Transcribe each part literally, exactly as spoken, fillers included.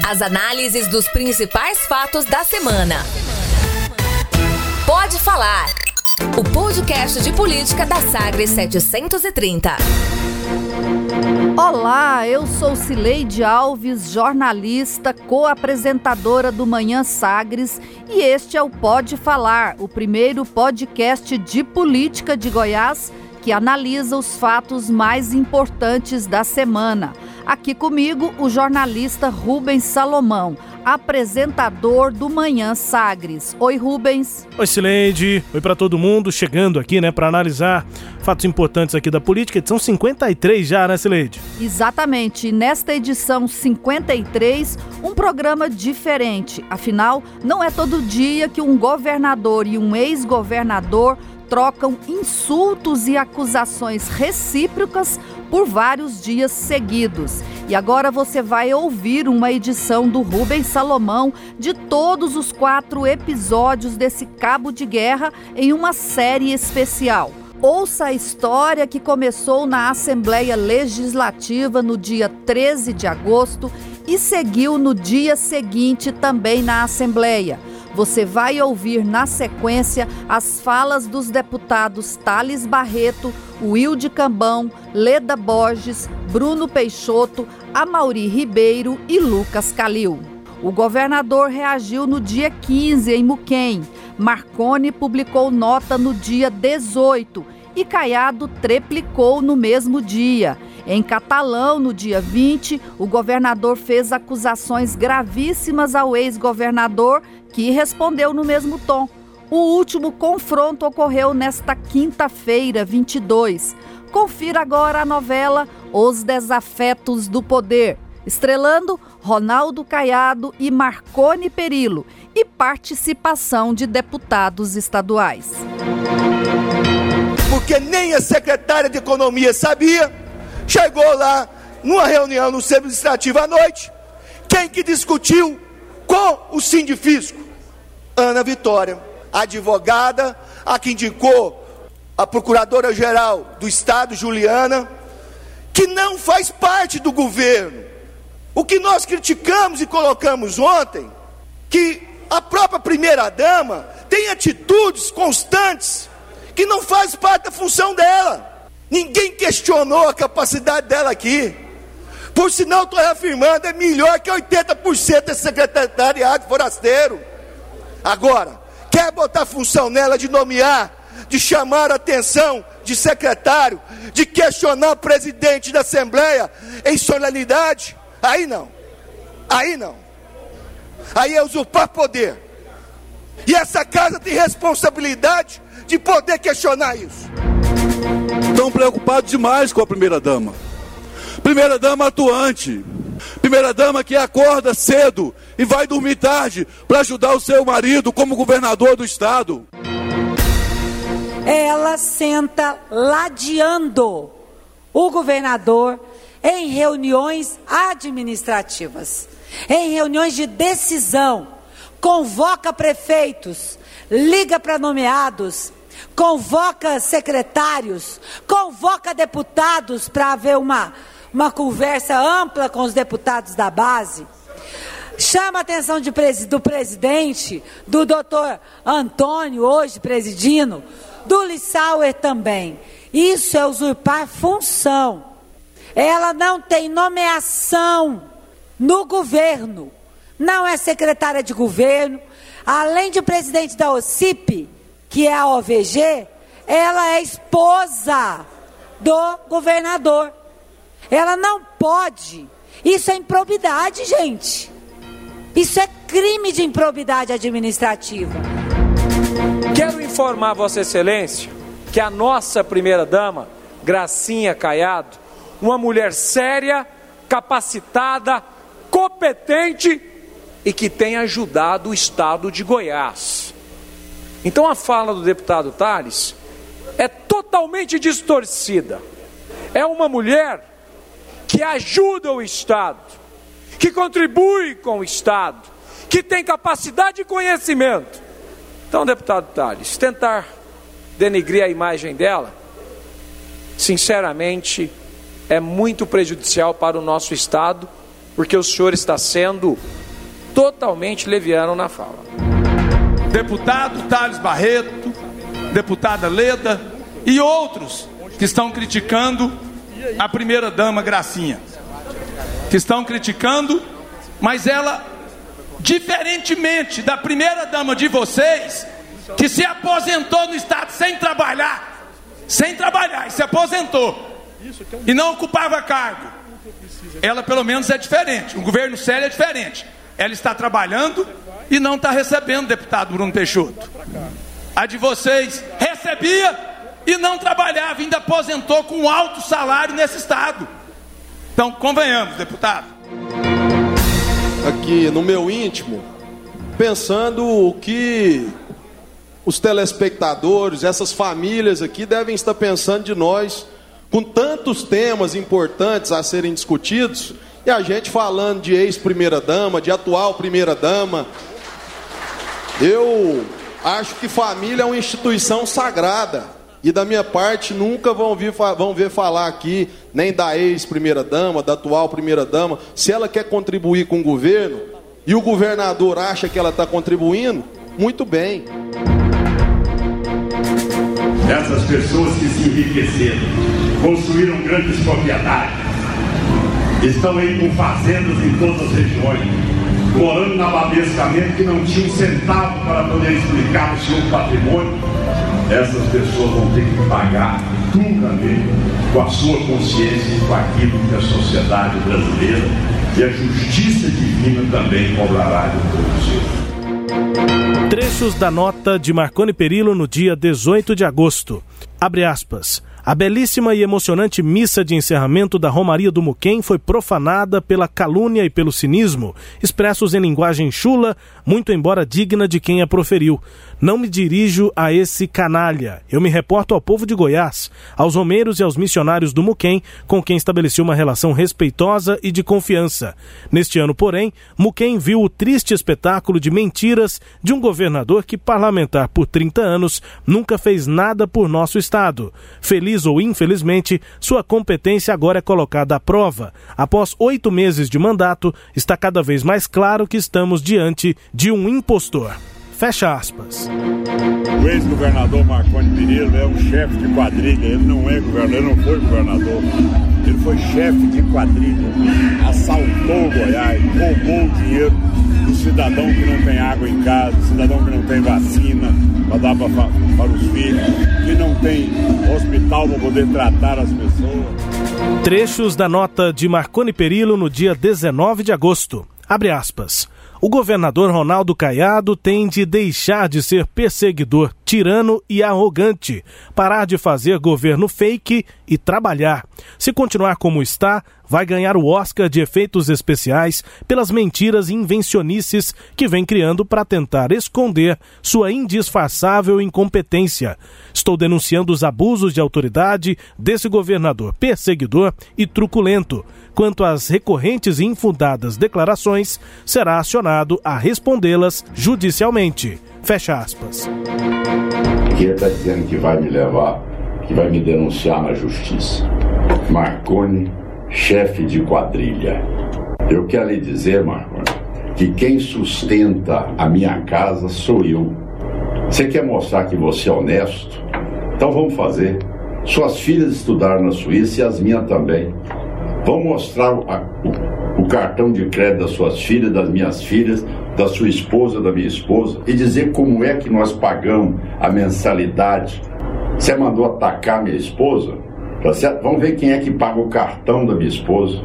As análises dos principais fatos da semana. Pode Falar, o podcast de política da Sagres setecentos e trinta. Olá, eu sou Cileide Alves, jornalista, co-apresentadora do Manhã Sagres, e este é o Pode Falar, o primeiro podcast de política de Goiás que analisa os fatos mais importantes da semana. Aqui comigo, o jornalista Rubens Salomão, apresentador do Manhã Sagres. Oi, Rubens. Oi, Cileide. Oi para todo mundo, chegando aqui, né, para analisar fatos importantes aqui da política. Edição cinquenta e três já, né, Cileide? Exatamente. Nesta edição cinquenta e três, um programa diferente. Afinal, não é todo dia que um governador e um ex-governador trocam insultos e acusações recíprocas por vários dias seguidos. E agora você vai ouvir uma edição do Rubens Salomão de todos os quatro episódios desse cabo de guerra em uma série especial. Ouça a história que começou na Assembleia Legislativa no dia treze de agosto e seguiu no dia seguinte também na Assembleia. Você vai ouvir na sequência as falas dos deputados Thales Barreto, Wilde Cambão, Leda Borges, Bruno Peixoto, Amaury Ribeiro e Lucas Calil. O governador reagiu no dia quinze em Muquem, Marconi publicou nota no dia dezoito e Caiado triplicou no mesmo dia. Em Catalão, no dia vinte, o governador fez acusações gravíssimas ao ex-governador, que respondeu no mesmo tom. O último confronto ocorreu nesta quinta-feira, vinte e dois. Confira agora a novela Os Desafetos do Poder, estrelando Ronaldo Caiado e Marconi Perillo, e participação de deputados estaduais. Porque nem a secretária de Economia sabia, chegou lá numa reunião no Centro Administrativo à noite, quem que discutiu com o Sindifisco? Ana Vitória, advogada, a que indicou a Procuradora-Geral do Estado, Juliana, que não faz parte do governo. O que nós criticamos e colocamos ontem, que a própria primeira-dama tem atitudes constantes que não faz parte da função dela. Ninguém questionou a capacidade dela aqui. Por sinal, estou reafirmando, é melhor que oitenta por cento desse secretariado forasteiro. Agora, quer botar função nela de nomear, de chamar a atenção de secretário, de questionar o presidente da Assembleia em solenidade? Aí não. Aí não. Aí é usurpar poder. E essa casa tem responsabilidade de poder questionar isso. Estão preocupados demais com a primeira-dama. Primeira-dama atuante. Primeira-dama que acorda cedo e vai dormir tarde para ajudar o seu marido como governador do estado. Ela senta ladeando o governador em reuniões administrativas, em reuniões de decisão, convoca prefeitos, liga para nomeados, convoca secretários, convoca deputados para haver uma, uma conversa ampla com os deputados da base, chama a atenção de, do presidente, do doutor Antônio, hoje presidindo, do Lissauer também. Isso é usurpar função. Ela não tem nomeação no governo, não é secretária de governo, além de presidente da O C I P, que é a O V G, ela é esposa do governador. Ela não pode. Isso é improbidade, gente. Isso é crime de improbidade administrativa. Quero informar Vossa Excelência que a nossa primeira-dama, Gracinha Caiado, uma mulher séria, capacitada, competente e que tem ajudado o estado de Goiás. Então a fala do deputado Thales é totalmente distorcida. É uma mulher que ajuda o estado, que contribui com o estado, que tem capacidade e conhecimento. Então, deputado Thales, tentar denegrir a imagem dela, sinceramente, é muito prejudicial para o nosso estado porque o senhor está sendo totalmente leviano na fala. Deputado Thales Barreto, deputada Leda e outros que estão criticando a primeira-dama Gracinha, que estão criticando, mas ela, diferentemente da primeira-dama de vocês, que se aposentou no Estado sem trabalhar, sem trabalhar, e se aposentou, e não ocupava cargo, ela pelo menos é diferente, o governo sério é diferente, ela está trabalhando e não está recebendo, deputado Bruno Peixoto. A de vocês recebia e não trabalhava, ainda aposentou com um alto salário nesse Estado. Então, convenhamos, deputado. Aqui no meu íntimo, pensando o que os telespectadores, essas famílias aqui devem estar pensando de nós, com tantos temas importantes a serem discutidos, e a gente falando de ex-primeira-dama, de atual primeira-dama. Eu acho que família é uma instituição sagrada, e da minha parte nunca vão, vir, vão ver falar aqui nem da ex-primeira-dama, da atual primeira-dama. Se ela quer contribuir com o governo e o governador acha que ela está contribuindo, muito bem. Essas pessoas que se enriqueceram, construíram grandes propriedades, estão aí com fazendas em todas as regiões, morando na Bradescamento, que não tinha um centavo para poder explicar o seu patrimônio. Essas pessoas vão ter que pagar duramente com a sua consciência e com aquilo que a sociedade brasileira e a justiça divina também cobrará de todos eles. Trechos da nota de Marconi Perillo no dia dezoito de agosto. Abre aspas. A belíssima e emocionante missa de encerramento da Romaria do Muquem foi profanada pela calúnia e pelo cinismo, expressos em linguagem chula, muito embora digna de quem a proferiu. Não me dirijo a esse canalha. Eu me reporto ao povo de Goiás, aos romeiros e aos missionários do Muquem, com quem estabeleci uma relação respeitosa e de confiança. Neste ano, porém, Muquem viu o triste espetáculo de mentiras de um governador que, parlamentar por trinta anos, nunca fez nada por nosso estado. Feliz ou infelizmente, sua competência agora é colocada à prova. Após oito meses de mandato, está cada vez mais claro que estamos diante de um impostor. Fecha aspas. O ex-governador Marconi Perillo é um chefe de quadrilha, ele não é governador, ele não foi governador, ele foi chefe de quadrilha, assaltou Goiás, roubou o dinheiro do cidadão que não tem água em casa, cidadão que não tem vacina para dar para, para os filhos, que não tem hospital para poder tratar as pessoas. Trechos da nota de Marconi Perillo no dia dezenove de agosto. Abre aspas. O governador Ronaldo Caiado tem de deixar de ser perseguidor, tirano e arrogante, parar de fazer governo fake e trabalhar. Se continuar como está, vai ganhar o Oscar de efeitos especiais pelas mentiras e invencionices que vem criando para tentar esconder sua indisfarçável incompetência. Estou denunciando os abusos de autoridade desse governador perseguidor e truculento. Quanto às recorrentes e infundadas declarações, será acionado a respondê-las judicialmente. Fecha aspas. Que ele está dizendo que vai me levar, que vai me denunciar na justiça. Marconi, chefe de quadrilha. Eu quero lhe dizer, Marconi, que quem sustenta a minha casa sou eu. Você quer mostrar que você é honesto? Então vamos fazer. Suas filhas estudaram na Suíça e as minhas também. Vamos mostrar a, o, o cartão de crédito das suas filhas, das minhas filhas, da sua esposa, da minha esposa, e dizer como é que nós pagamos a mensalidade. Você mandou atacar minha esposa? Tá certo? Vamos ver quem é que paga o cartão da minha esposa.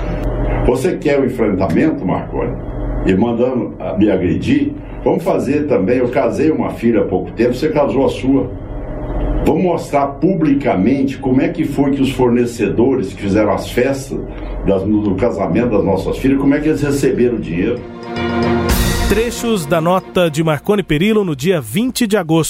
Você quer o enfrentamento, Marconi? E mandando me agredir? Vamos fazer também. Eu casei uma filha há pouco tempo, você casou a sua. Vamos mostrar publicamente como é que foi que os fornecedores que fizeram as festas das, do casamento das nossas filhas, como é que eles receberam o dinheiro. Trechos da nota de Marconi Perillo no dia vinte de agosto.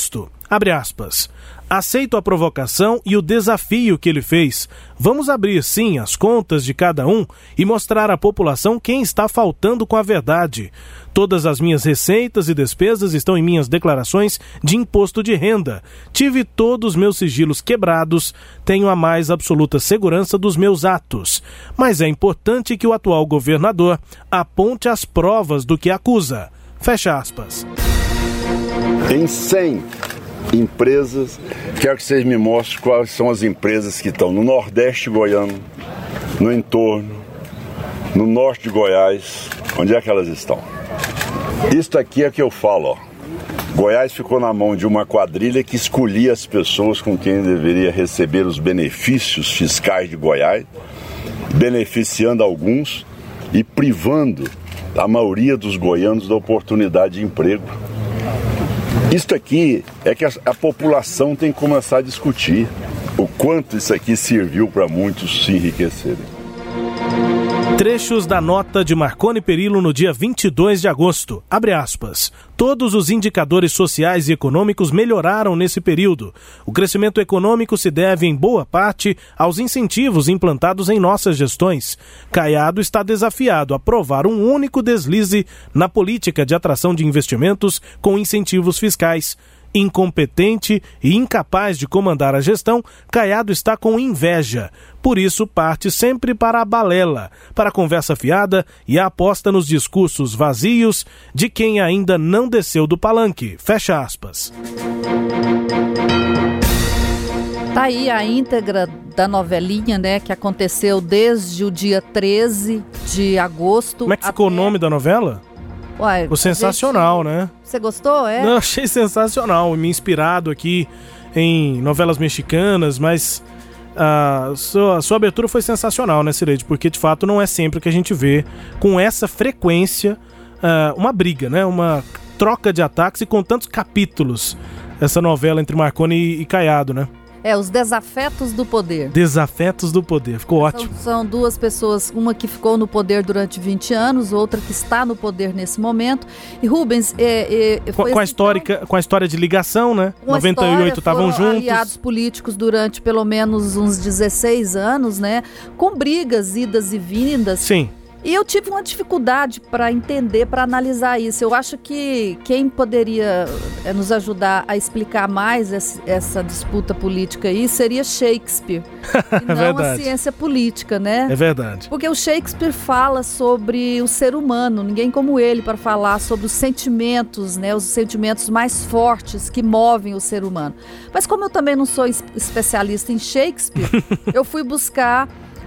Abre aspas. Aceito a provocação e o desafio que ele fez. Vamos abrir, sim, as contas de cada um e mostrar à população quem está faltando com a verdade. Todas as minhas receitas e despesas estão em minhas declarações de imposto de renda. Tive todos os meus sigilos quebrados, tenho a mais absoluta segurança dos meus atos. Mas é importante que o atual governador aponte as provas do que acusa. Fecha aspas. Tem cem empresas, quero que vocês me mostrem quais são as empresas que estão no Nordeste goiano, no entorno, no Norte de Goiás, onde é que elas estão? Isto aqui é que eu falo, ó. Goiás ficou na mão de uma quadrilha que escolhia as pessoas com quem deveria receber os benefícios fiscais de Goiás, beneficiando alguns e privando a maioria dos goianos da oportunidade de emprego. Isto aqui é que a, a população tem que começar a discutir o quanto isso aqui serviu para muitos se enriquecerem. Trechos da nota de Marconi Perillo no dia vinte e dois de agosto. Abre aspas. Todos os indicadores sociais e econômicos melhoraram nesse período. O crescimento econômico se deve, em boa parte, aos incentivos implantados em nossas gestões. Caiado está desafiado a provar um único deslize na política de atração de investimentos com incentivos fiscais. Incompetente e incapaz de comandar a gestão, Caiado está com inveja. Por isso, parte sempre para a balela, para a conversa fiada e a aposta nos discursos vazios de quem ainda não desceu do palanque. Fecha aspas. Tá aí a íntegra da novelinha, né, que aconteceu desde o dia treze de agosto. Como é que ficou até... o nome da novela? Uai, ficou sensacional, gente... né? Você gostou, é? Não, achei sensacional, me inspirado aqui em novelas mexicanas, mas a sua, a sua abertura foi sensacional, né, Cileide? Porque, de fato, não é sempre que a gente vê com essa frequência uh, uma briga, né? Uma troca de ataques e com tantos capítulos, essa novela entre Marconi e, e Caiado, né? É, os desafetos do poder. Desafetos do poder, ficou ótimo. São, são duas pessoas, uma que ficou no poder durante vinte anos, outra que está no poder nesse momento. E Rubens... É, é, com, foi com, a assim, histórica, então, com a história de ligação, né? Com noventa e oito estavam juntos. Aliados políticos durante pelo menos uns dezesseis anos, né? Com brigas, idas e vindas. Sim. E eu tive uma dificuldade para entender, para analisar isso. Eu acho que quem poderia é, nos ajudar a explicar mais essa, essa disputa política aí seria Shakespeare, e não verdade. A ciência política, né? É verdade. Porque o Shakespeare fala sobre o ser humano, ninguém como ele para falar sobre os sentimentos, né? Os sentimentos mais fortes que movem o ser humano. Mas como eu também não sou especialista em Shakespeare, eu fui buscar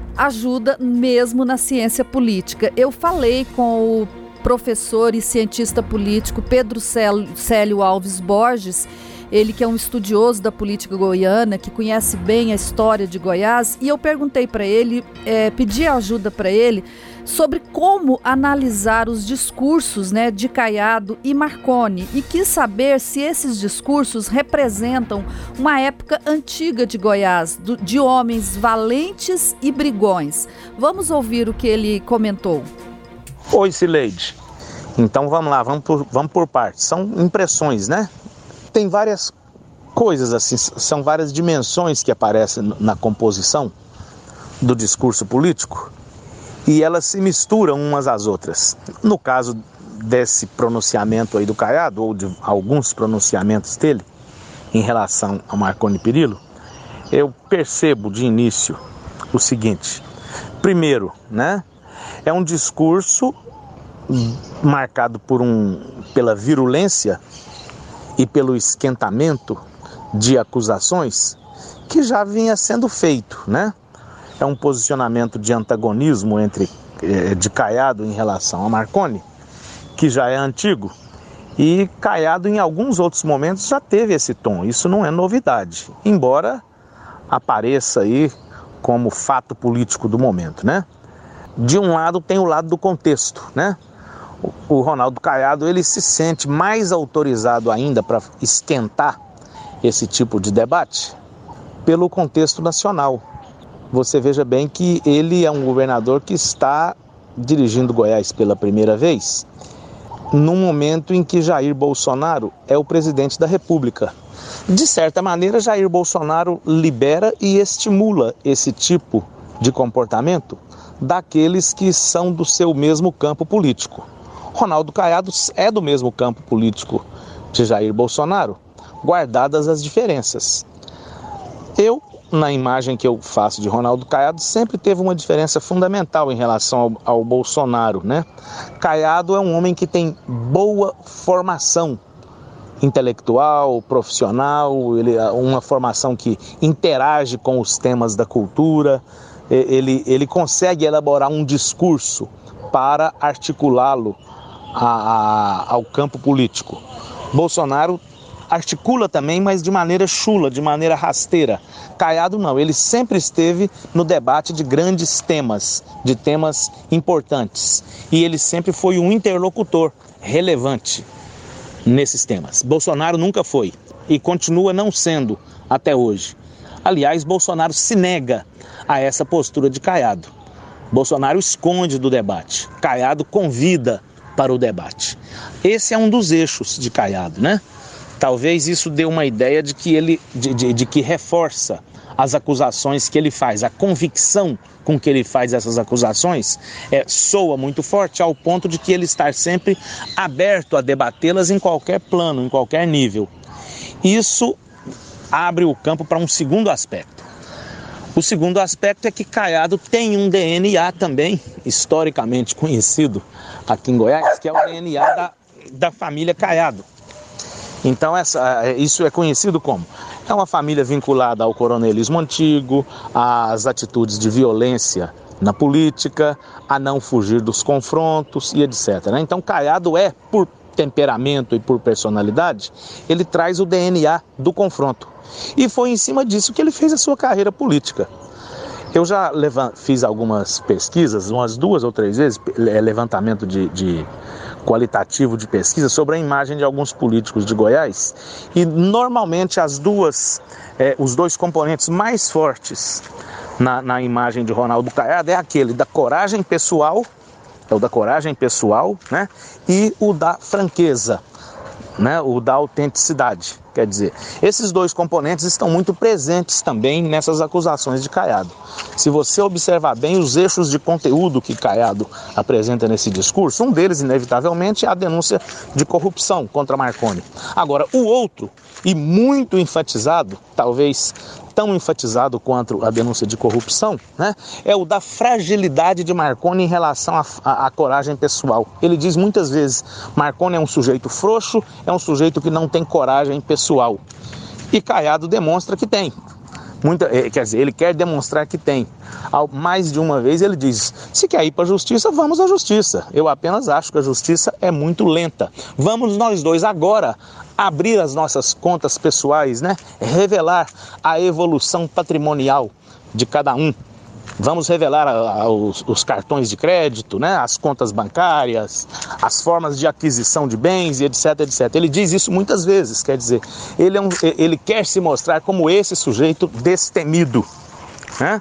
ajuda mesmo na ciência política. Eu falei com o professor e cientista político Pedro Célio Alves Borges, ele que é um estudioso da política goiana, que conhece bem a história de Goiás, e eu perguntei para ele, é, pedi ajuda para ele sobre como analisar os discursos, né, de Caiado e Marconi, e quis saber se esses discursos representam uma época antiga de Goiás, do, de homens valentes e brigões. Vamos ouvir o que ele comentou. Oi, Cileide. Então vamos lá, vamos por, vamos por partes. São impressões, né? Tem várias coisas assim, são várias dimensões que aparecem na composição do discurso político e elas se misturam umas às outras. No caso desse pronunciamento aí do Caiado, ou de alguns pronunciamentos dele em relação a Marconi Perillo, eu percebo de início o seguinte: primeiro, né, é um discurso marcado por um, pela virulência e pelo esquentamento de acusações que já vinha sendo feito, né? É um posicionamento de antagonismo entre de Caiado em relação a Marconi, que já é antigo, e Caiado em alguns outros momentos já teve esse tom. Isso não é novidade, embora apareça aí como fato político do momento, né? De um lado tem o lado do contexto, né? O Ronaldo Caiado, ele se sente mais autorizado ainda para esquentar esse tipo de debate pelo contexto nacional. Você veja bem que ele é um governador que está dirigindo Goiás pela primeira vez, num momento em que Jair Bolsonaro é o presidente da República. De certa maneira, Jair Bolsonaro libera e estimula esse tipo de comportamento daqueles que são do seu mesmo campo político. Ronaldo Caiado é do mesmo campo político de Jair Bolsonaro, guardadas as diferenças. Eu, na imagem que eu faço de Ronaldo Caiado, sempre teve uma diferença fundamental em relação ao, ao Bolsonaro, né? Caiado é um homem que tem boa formação intelectual, profissional, ele é uma formação que interage com os temas da cultura, ele, ele consegue elaborar um discurso para articulá-lo a, a, ao campo político. Bolsonaro articula também, mas de maneira chula, de maneira rasteira. Caiado não, ele sempre esteve no debate de grandes temas, de temas importantes. E ele sempre foi um interlocutor relevante nesses temas. Bolsonaro nunca foi e continua não sendo até hoje. Aliás, Bolsonaro se nega a essa postura de Caiado. Bolsonaro esconde do debate. Caiado convida para o debate. Esse é um dos eixos de Caiado, né? Talvez isso dê uma ideia de que ele, de, de, de que reforça as acusações que ele faz, a convicção com que ele faz essas acusações é, soa muito forte ao ponto de que ele está sempre aberto a debatê-las em qualquer plano, em qualquer nível. Isso abre o campo para um segundo aspecto. O segundo aspecto é que Caiado tem um D N A também, historicamente conhecido aqui em Goiás, que é o D N A da, da família Caiado. Então essa, isso é conhecido como? É uma família vinculada ao coronelismo antigo, às atitudes de violência na política, a não fugir dos confrontos e etcétera. Então Caiado é, por temperamento e por personalidade, ele traz o D N A do confronto. E foi em cima disso que ele fez a sua carreira política. Eu já fiz algumas pesquisas, umas duas ou três vezes, levantamento de, de qualitativo de pesquisa sobre a imagem de alguns políticos de Goiás. E normalmente as duas, é, os dois componentes mais fortes na, na imagem de Ronaldo Caiado é aquele da coragem pessoal, é o da coragem pessoal, né? E o da franqueza, né? O da autenticidade. Quer dizer, esses dois componentes estão muito presentes também nessas acusações de Caiado. Se você observar bem os eixos de conteúdo que Caiado apresenta nesse discurso, um deles, inevitavelmente, é a denúncia de corrupção contra Marconi. Agora, o outro, e muito enfatizado, talvez tão enfatizado quanto a denúncia de corrupção, né, é o da fragilidade de Marconi em relação à coragem pessoal. Ele diz muitas vezes, Marconi é um sujeito frouxo, é um sujeito que não tem coragem pessoal. E Caiado demonstra que tem. Muita, quer dizer, ele quer demonstrar que tem. Mais de uma vez ele diz, se quer ir para a justiça, vamos à justiça. Eu apenas acho que a justiça é muito lenta. Vamos nós dois agora abrir as nossas contas pessoais, né? Revelar a evolução patrimonial de cada um. Vamos revelar a, a, os, os cartões de crédito, né? As contas bancárias, as formas de aquisição de bens e etc, etcétera. Ele diz isso muitas vezes, quer dizer, ele, é um, ele quer se mostrar como esse sujeito destemido, né?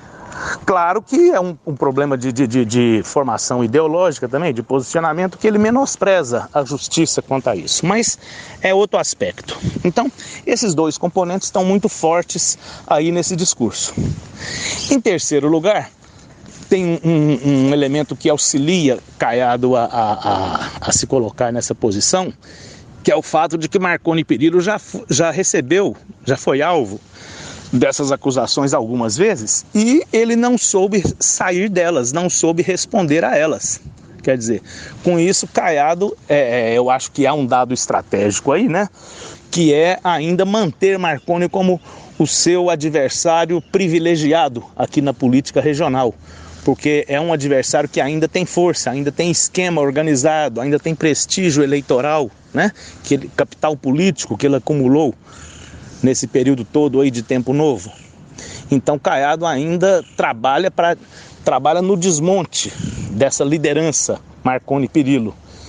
Claro que é um, um problema de, de, de formação ideológica também, de posicionamento, que ele menospreza a justiça quanto a isso, mas é outro aspecto. Então, esses dois componentes estão muito fortes aí nesse discurso. Em terceiro lugar, tem um, um elemento que auxilia Caiado a, a, a, a se colocar nessa posição, que é o fato de que Marconi Perillo já, já recebeu, já foi alvo dessas acusações algumas vezes e ele não soube sair delas, não soube responder a elas. Quer dizer, com isso Caiado, é, eu acho que há um dado estratégico aí, né? Que é ainda manter Marconi como o seu adversário privilegiado aqui na política regional, porque é um adversário que ainda tem força, ainda tem esquema organizado, ainda tem prestígio eleitoral, né? Que ele, capital político que ele acumulou nesse período todo aí de tempo novo. Então Caiado ainda trabalha, pra, trabalha no desmonte dessa liderança Marconi Perillo.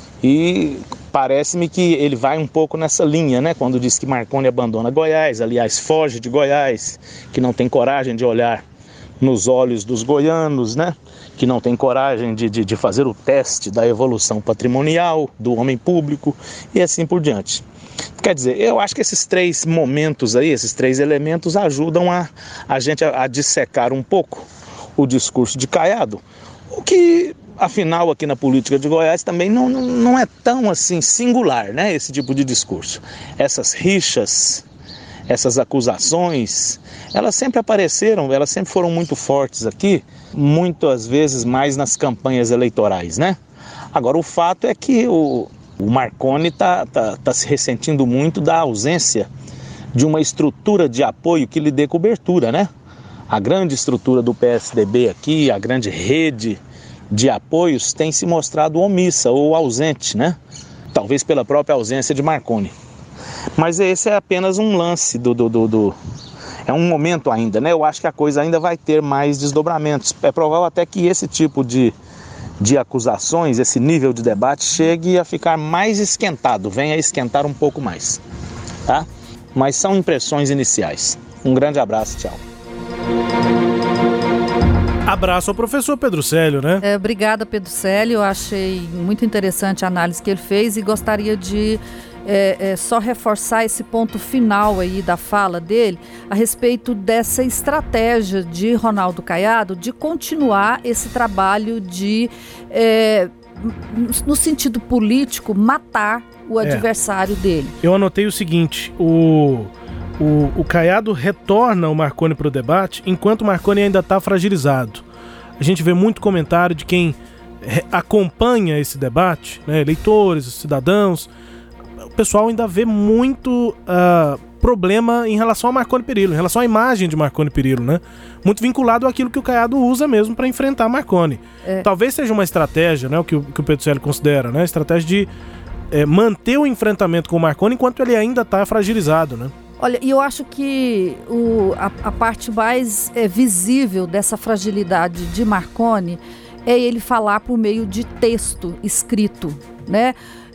E parece-me que ele vai um pouco nessa linha, né? Quando diz que Marconi abandona Goiás, aliás, foge de Goiás, que não tem coragem de olhar nos olhos dos goianos, né? Que não tem coragem de, de, de fazer o teste da evolução patrimonial do homem público e assim por diante. Quer dizer, eu acho que esses três momentos aí, esses três elementos ajudam a, a gente a, a dissecar um pouco o discurso de Caiado, o que, afinal, aqui na política de Goiás também não, não, não é tão assim singular, né, esse tipo de discurso. Essas rixas, essas acusações, elas sempre apareceram, elas sempre foram muito fortes aqui, muitas vezes mais nas campanhas eleitorais, né? Agora, o fato é que o, o Marconi está tá, tá se ressentindo muito da ausência de uma estrutura de apoio que lhe dê cobertura, né? A grande estrutura do P S D B aqui, a grande rede de apoios tem se mostrado omissa ou ausente, né? Talvez pela própria ausência de Marconi. Mas esse é apenas um lance do, do, do, do... É um momento ainda, né? Eu acho que a coisa ainda vai ter mais desdobramentos. É provável até que esse tipo de, de acusações, esse nível de debate chegue a ficar mais esquentado, venha a esquentar um pouco mais, tá? Mas são impressões iniciais. Um grande abraço, tchau. Abraço ao professor Pedro Célio, né? É, obrigada, Pedro Célio. Eu achei muito interessante a análise que ele fez e gostaria de é, é, só reforçar esse ponto final aí da fala dele a respeito dessa estratégia de Ronaldo Caiado de continuar esse trabalho de, é, no sentido político, matar o É. adversário dele. Eu anotei o seguinte, o... O, o Caiado retorna o Marconi para o debate enquanto o Marconi ainda está fragilizado. A gente vê muito comentário de quem re- acompanha esse debate, né, eleitores, cidadãos. O pessoal ainda vê muito uh, problema em relação ao Marconi Perillo, em relação à imagem de Marconi Perillo, né? Muito vinculado àquilo que o Caiado usa mesmo para enfrentar Marconi. É. Talvez seja uma estratégia, né, o que o, que o Pedro Célio considera, né? Estratégia de é, manter o enfrentamento com o Marconi enquanto ele ainda está fragilizado, né? Olha, e eu acho que o, a, a parte mais é, visível dessa fragilidade de Marconi é ele falar por meio de texto escrito, né?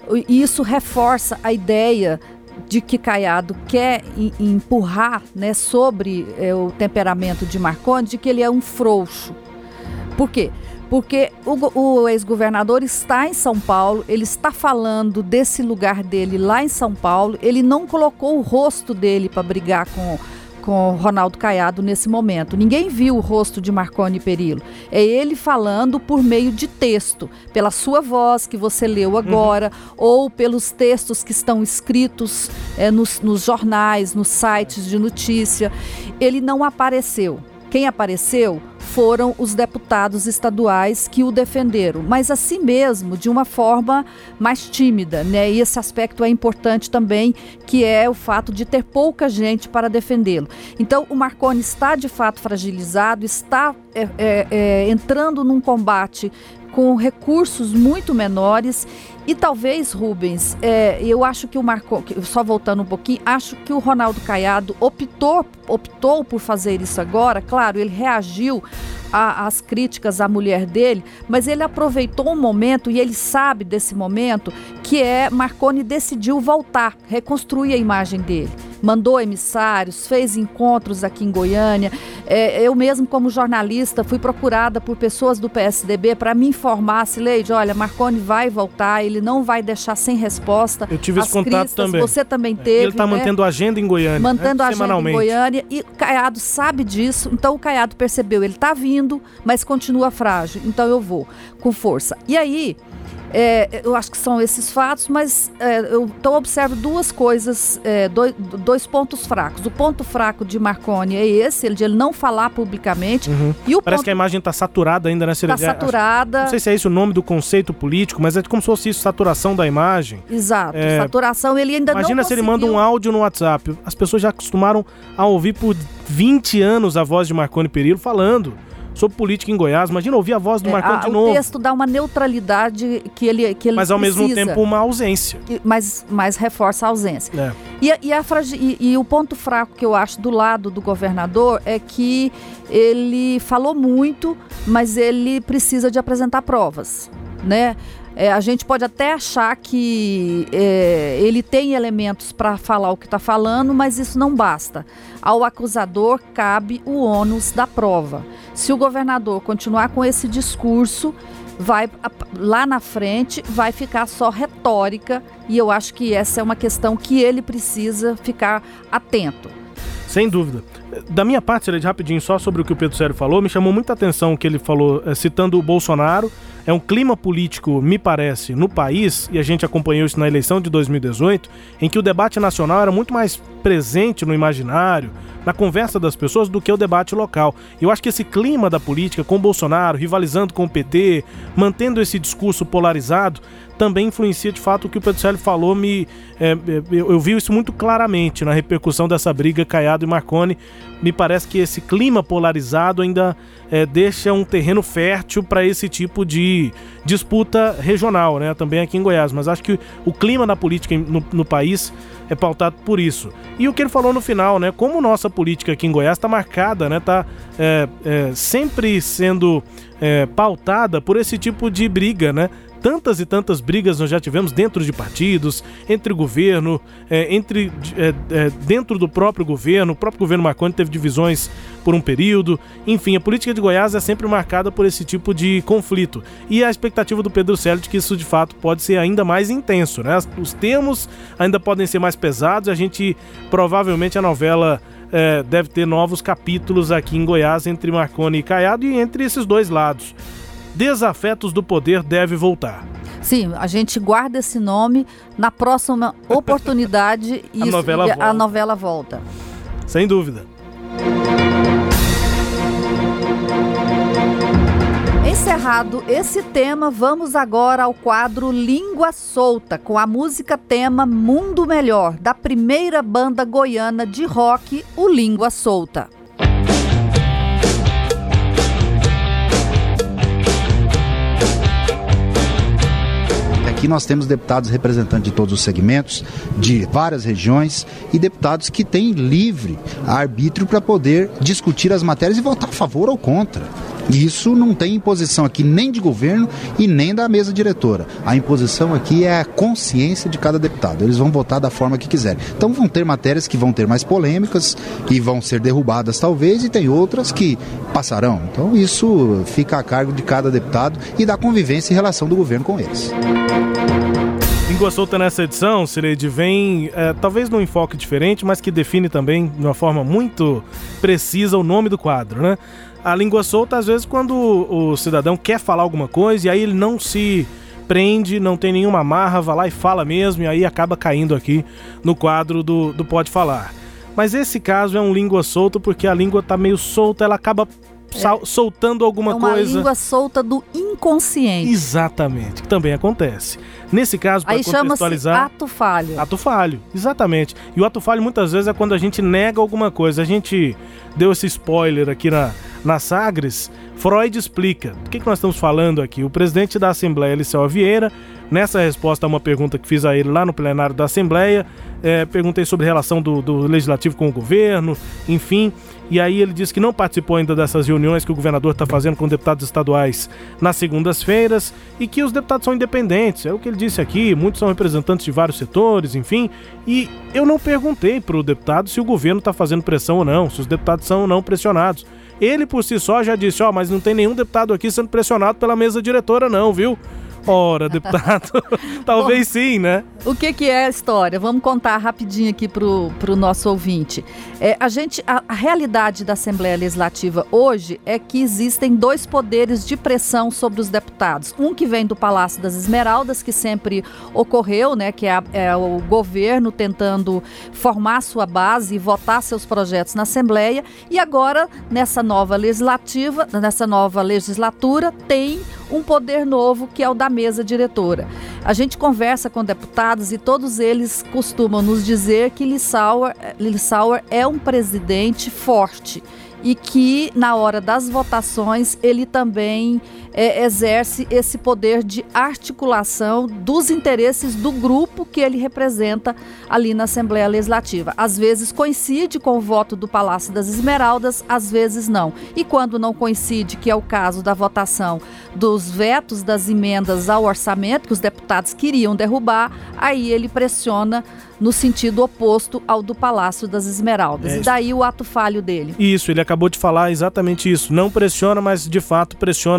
E isso reforça a ideia de que Caiado quer i- empurrar, né, sobre é, o temperamento de Marconi, de que ele é um frouxo. Por quê? Porque o, go- o ex-governador está em São Paulo, ele está falando desse lugar dele lá em São Paulo, ele não colocou o rosto dele para brigar com, com Ronaldo Caiado nesse momento. Ninguém viu o rosto de Marconi Perillo. É ele falando por meio de texto, pela sua voz que você leu agora, uhum. ou pelos textos que estão escritos é, nos, nos jornais, nos sites de notícia. Ele não apareceu. Quem apareceu foram os deputados estaduais que o defenderam, mas assim mesmo, de uma forma mais tímida, né? E esse aspecto é importante também, que é o fato de ter pouca gente para defendê-lo. Então, o Marconi está de fato fragilizado, está é, é, é, entrando num combate com recursos muito menores e talvez, Rubens, é, eu acho que o Marconi, só voltando um pouquinho, acho que o Ronaldo Caiado optou, optou por fazer isso agora. Claro, ele reagiu às críticas à mulher dele, mas ele aproveitou um momento, e ele sabe desse momento, que é Marconi decidiu voltar, reconstruir a imagem dele. Mandou emissários, fez encontros aqui em Goiânia. É, eu mesmo, como jornalista, fui procurada por pessoas do P S D B para me informar, Cileide, olha, Marconi vai voltar, ele não vai deixar sem resposta. Eu tive as esse contato críticas, também. Você também teve. Ele está né? mantendo agenda em Goiânia. Mantendo né? a agenda em Semanalmente. Goiânia. E o Caiado sabe disso, então o Caiado percebeu, ele está vindo, mas continua frágil, então eu vou com força. E aí, é, eu acho que são esses fatos, mas é, eu então observo duas coisas, é, dois, dois pontos fracos. O ponto fraco de Marconi é esse, ele de ele não falar publicamente. Uhum. E o Parece ponto... que a imagem está saturada ainda, né? Está saturada. Não sei se é esse o nome do conceito político, mas é como se fosse isso, saturação da imagem. Exato, É, saturação, ele ainda Imagina não se ele conseguiu... manda um áudio no WhatsApp. As pessoas já acostumaram a ouvir por vinte anos a voz de Marconi Perillo falando sobre política em Goiás. Imagina ouvir a voz do É, Marconi a, de o novo. texto dá uma neutralidade que ele, que ele Mas ao precisa, mesmo tempo uma ausência. mas, mas reforça a ausência. É. E, a- e, a fragi- e- e o ponto fraco que eu acho do lado do governador é que ele falou muito, mas ele precisa de apresentar provas, né? É, a gente pode até achar que é, ele tem elementos para falar o que está falando, mas isso não basta. Ao acusador cabe o ônus da prova. Se o governador continuar com esse discurso, vai lá na frente vai ficar só retórica, e eu acho que essa é uma questão que ele precisa ficar atento. Sem dúvida. Da minha parte, Sileide, rapidinho, só sobre o que o Pedro Célio falou, me chamou muita atenção o que ele falou, é, citando o Bolsonaro. É um clima político, me parece, no país, e a gente acompanhou isso na eleição de dois mil e dezoito, em que o debate nacional era muito mais presente no imaginário, na conversa das pessoas, do que o debate local. Eu acho que esse clima da política, com o Bolsonaro, rivalizando com o P T, mantendo esse discurso polarizado, também influencia de fato o que o Pedro Célio falou. Me, é, eu, eu vi isso muito claramente na repercussão dessa briga Caiado e Marconi. Me parece que esse clima polarizado ainda é, deixa um terreno fértil para esse tipo de disputa regional, né? Também aqui em Goiás. Mas acho que o clima na política no, no país é pautado por isso. E o que ele falou no final, né? Como nossa política aqui em Goiás está marcada, né? Está é, é, sempre sendo é, pautada por esse tipo de briga, né? Tantas e tantas brigas nós já tivemos dentro de partidos, entre o governo, é, entre, é, é, dentro do próprio governo. O próprio governo Marconi teve divisões por um período. Enfim, a política de Goiás é sempre marcada por esse tipo de conflito. E a expectativa do Pedro Célio de que isso de fato pode ser ainda mais intenso, né? Os termos ainda podem ser mais pesados. A gente, provavelmente, a novela é, deve ter novos capítulos aqui em Goiás entre Marconi e Caiado, e entre esses dois lados. Desafetos do poder deve voltar. Sim, a gente guarda esse nome, na próxima oportunidade a, isso, novela a volta. novela volta. Sem dúvida. Encerrado esse tema, vamos agora ao quadro Língua Solta, com a música tema Mundo Melhor, da primeira banda goiana de rock, o Língua Solta. Aqui nós temos deputados representantes de todos os segmentos, de várias regiões, e deputados que têm livre arbítrio para poder discutir as matérias e votar a favor ou contra. E isso não tem imposição aqui nem de governo e nem da mesa diretora. A imposição aqui é a consciência de cada deputado. Eles vão votar da forma que quiserem. Então vão ter matérias que vão ter mais polêmicas e vão ser derrubadas talvez, e tem outras que passarão. Então isso fica a cargo de cada deputado e da convivência e relação do governo com eles. Língua Solta nessa edição, Sileide, vem é, talvez num enfoque diferente, mas que define também de uma forma muito precisa o nome do quadro, né? A língua solta, às vezes, quando o cidadão quer falar alguma coisa e aí ele não se prende, não tem nenhuma amarra, vai lá e fala mesmo, e aí acaba caindo aqui no quadro do, do Pode Falar. Mas esse caso é um língua solta porque a língua tá meio solta, ela acaba é, soltando alguma coisa. É uma língua solta do inconsciente. Exatamente, que também acontece. Nesse caso, para contextualizar... Aí chama-se ato falho. Ato falho, exatamente. E o ato falho muitas vezes é quando a gente nega alguma coisa. A gente deu esse spoiler aqui na, na Sagres. Freud explica. Do que, que nós estamos falando aqui? O presidente da Assembleia, Liceu Vieira, nessa resposta a uma pergunta que fiz a ele lá no plenário da Assembleia, é, perguntei sobre a relação do, do Legislativo com o governo, enfim... E aí ele disse que não participou ainda dessas reuniões que o governador está fazendo com deputados estaduais nas segundas-feiras, e que os deputados são independentes. É o que ele disse aqui, muitos são representantes de vários setores, enfim. E eu não perguntei para o deputado se o governo está fazendo pressão ou não, se os deputados são ou não pressionados. Ele por si só já disse, ó, oh, mas não tem nenhum deputado aqui sendo pressionado pela mesa diretora não, viu? Ora, deputado, talvez Bom, sim, né? O que, que é a história? Vamos contar rapidinho aqui pro, pro nosso ouvinte. É, a, gente, a, a realidade da Assembleia Legislativa hoje é que existem dois poderes de pressão sobre os deputados. Um que vem do Palácio das Esmeraldas, que sempre ocorreu, né? Que é, a, é o governo tentando formar sua base e votar seus projetos na Assembleia. E agora, nessa nova legislativa, nessa nova legislatura, tem um poder novo, que é o da mesa diretora. A gente conversa com deputados e todos eles costumam nos dizer que Lissauer, Lissauer é um presidente forte e que na hora das votações ele também é, exerce esse poder de articulação dos interesses do grupo que ele representa ali na Assembleia Legislativa. Às vezes coincide com o voto do Palácio das Esmeraldas, às vezes não. E quando não coincide, que é o caso da votação dos vetos das emendas ao orçamento, que os deputados queriam derrubar, aí ele pressiona no sentido oposto ao do Palácio das Esmeraldas. É, e daí o ato falho dele. Isso, ele acabou de falar exatamente isso. Não pressiona, mas de fato pressiona o bastidor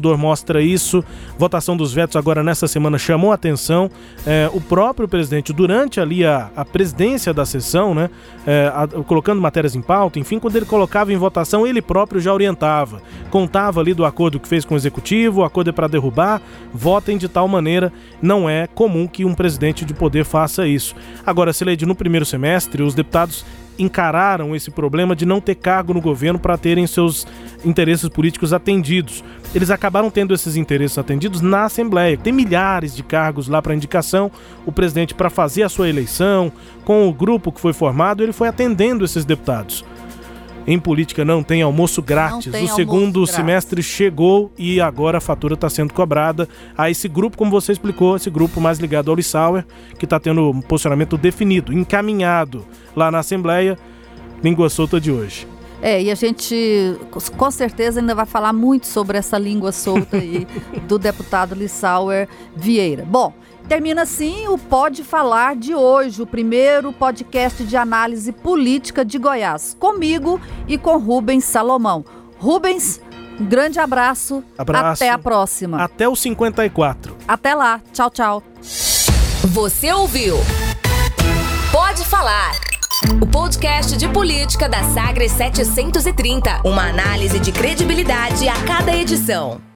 bastidor mostra isso. Votação dos vetos agora nessa semana chamou a atenção. É, o próprio presidente, durante ali a, a presidência da sessão, né, é, a, colocando matérias em pauta, enfim, quando ele colocava em votação, ele próprio já orientava. Contava ali do acordo que fez com o executivo, o acordo é para derrubar, votem de tal maneira. Não é comum que um presidente de poder faça isso. Agora, Sileide, no primeiro semestre, os deputados encararam esse problema de não ter cargo no governo para terem seus interesses políticos atendidos. Eles acabaram tendo esses interesses atendidos na Assembleia. Tem milhares de cargos lá para indicação. O presidente, para fazer a sua eleição, com o grupo que foi formado, ele foi atendendo esses deputados. Em política não tem almoço grátis. Tem o segundo almoço semestre grátis. chegou e agora a fatura está sendo cobrada a esse grupo, como você explicou, esse grupo mais ligado ao Lissauer, que está tendo um posicionamento definido, encaminhado lá na Assembleia. Língua solta de hoje. É, e a gente com certeza ainda vai falar muito sobre essa língua solta aí do deputado Lissauer Vieira. Bom, termina assim o Pode Falar de hoje, o primeiro podcast de análise política de Goiás, comigo e com Rubens Salomão. Rubens, um grande abraço, abraço. Até a próxima. Até o cinquenta e quatro. Até lá, tchau, tchau. Você ouviu Pode Falar, o podcast de política da Sagres setecentos e trinta. Uma análise de credibilidade a cada edição.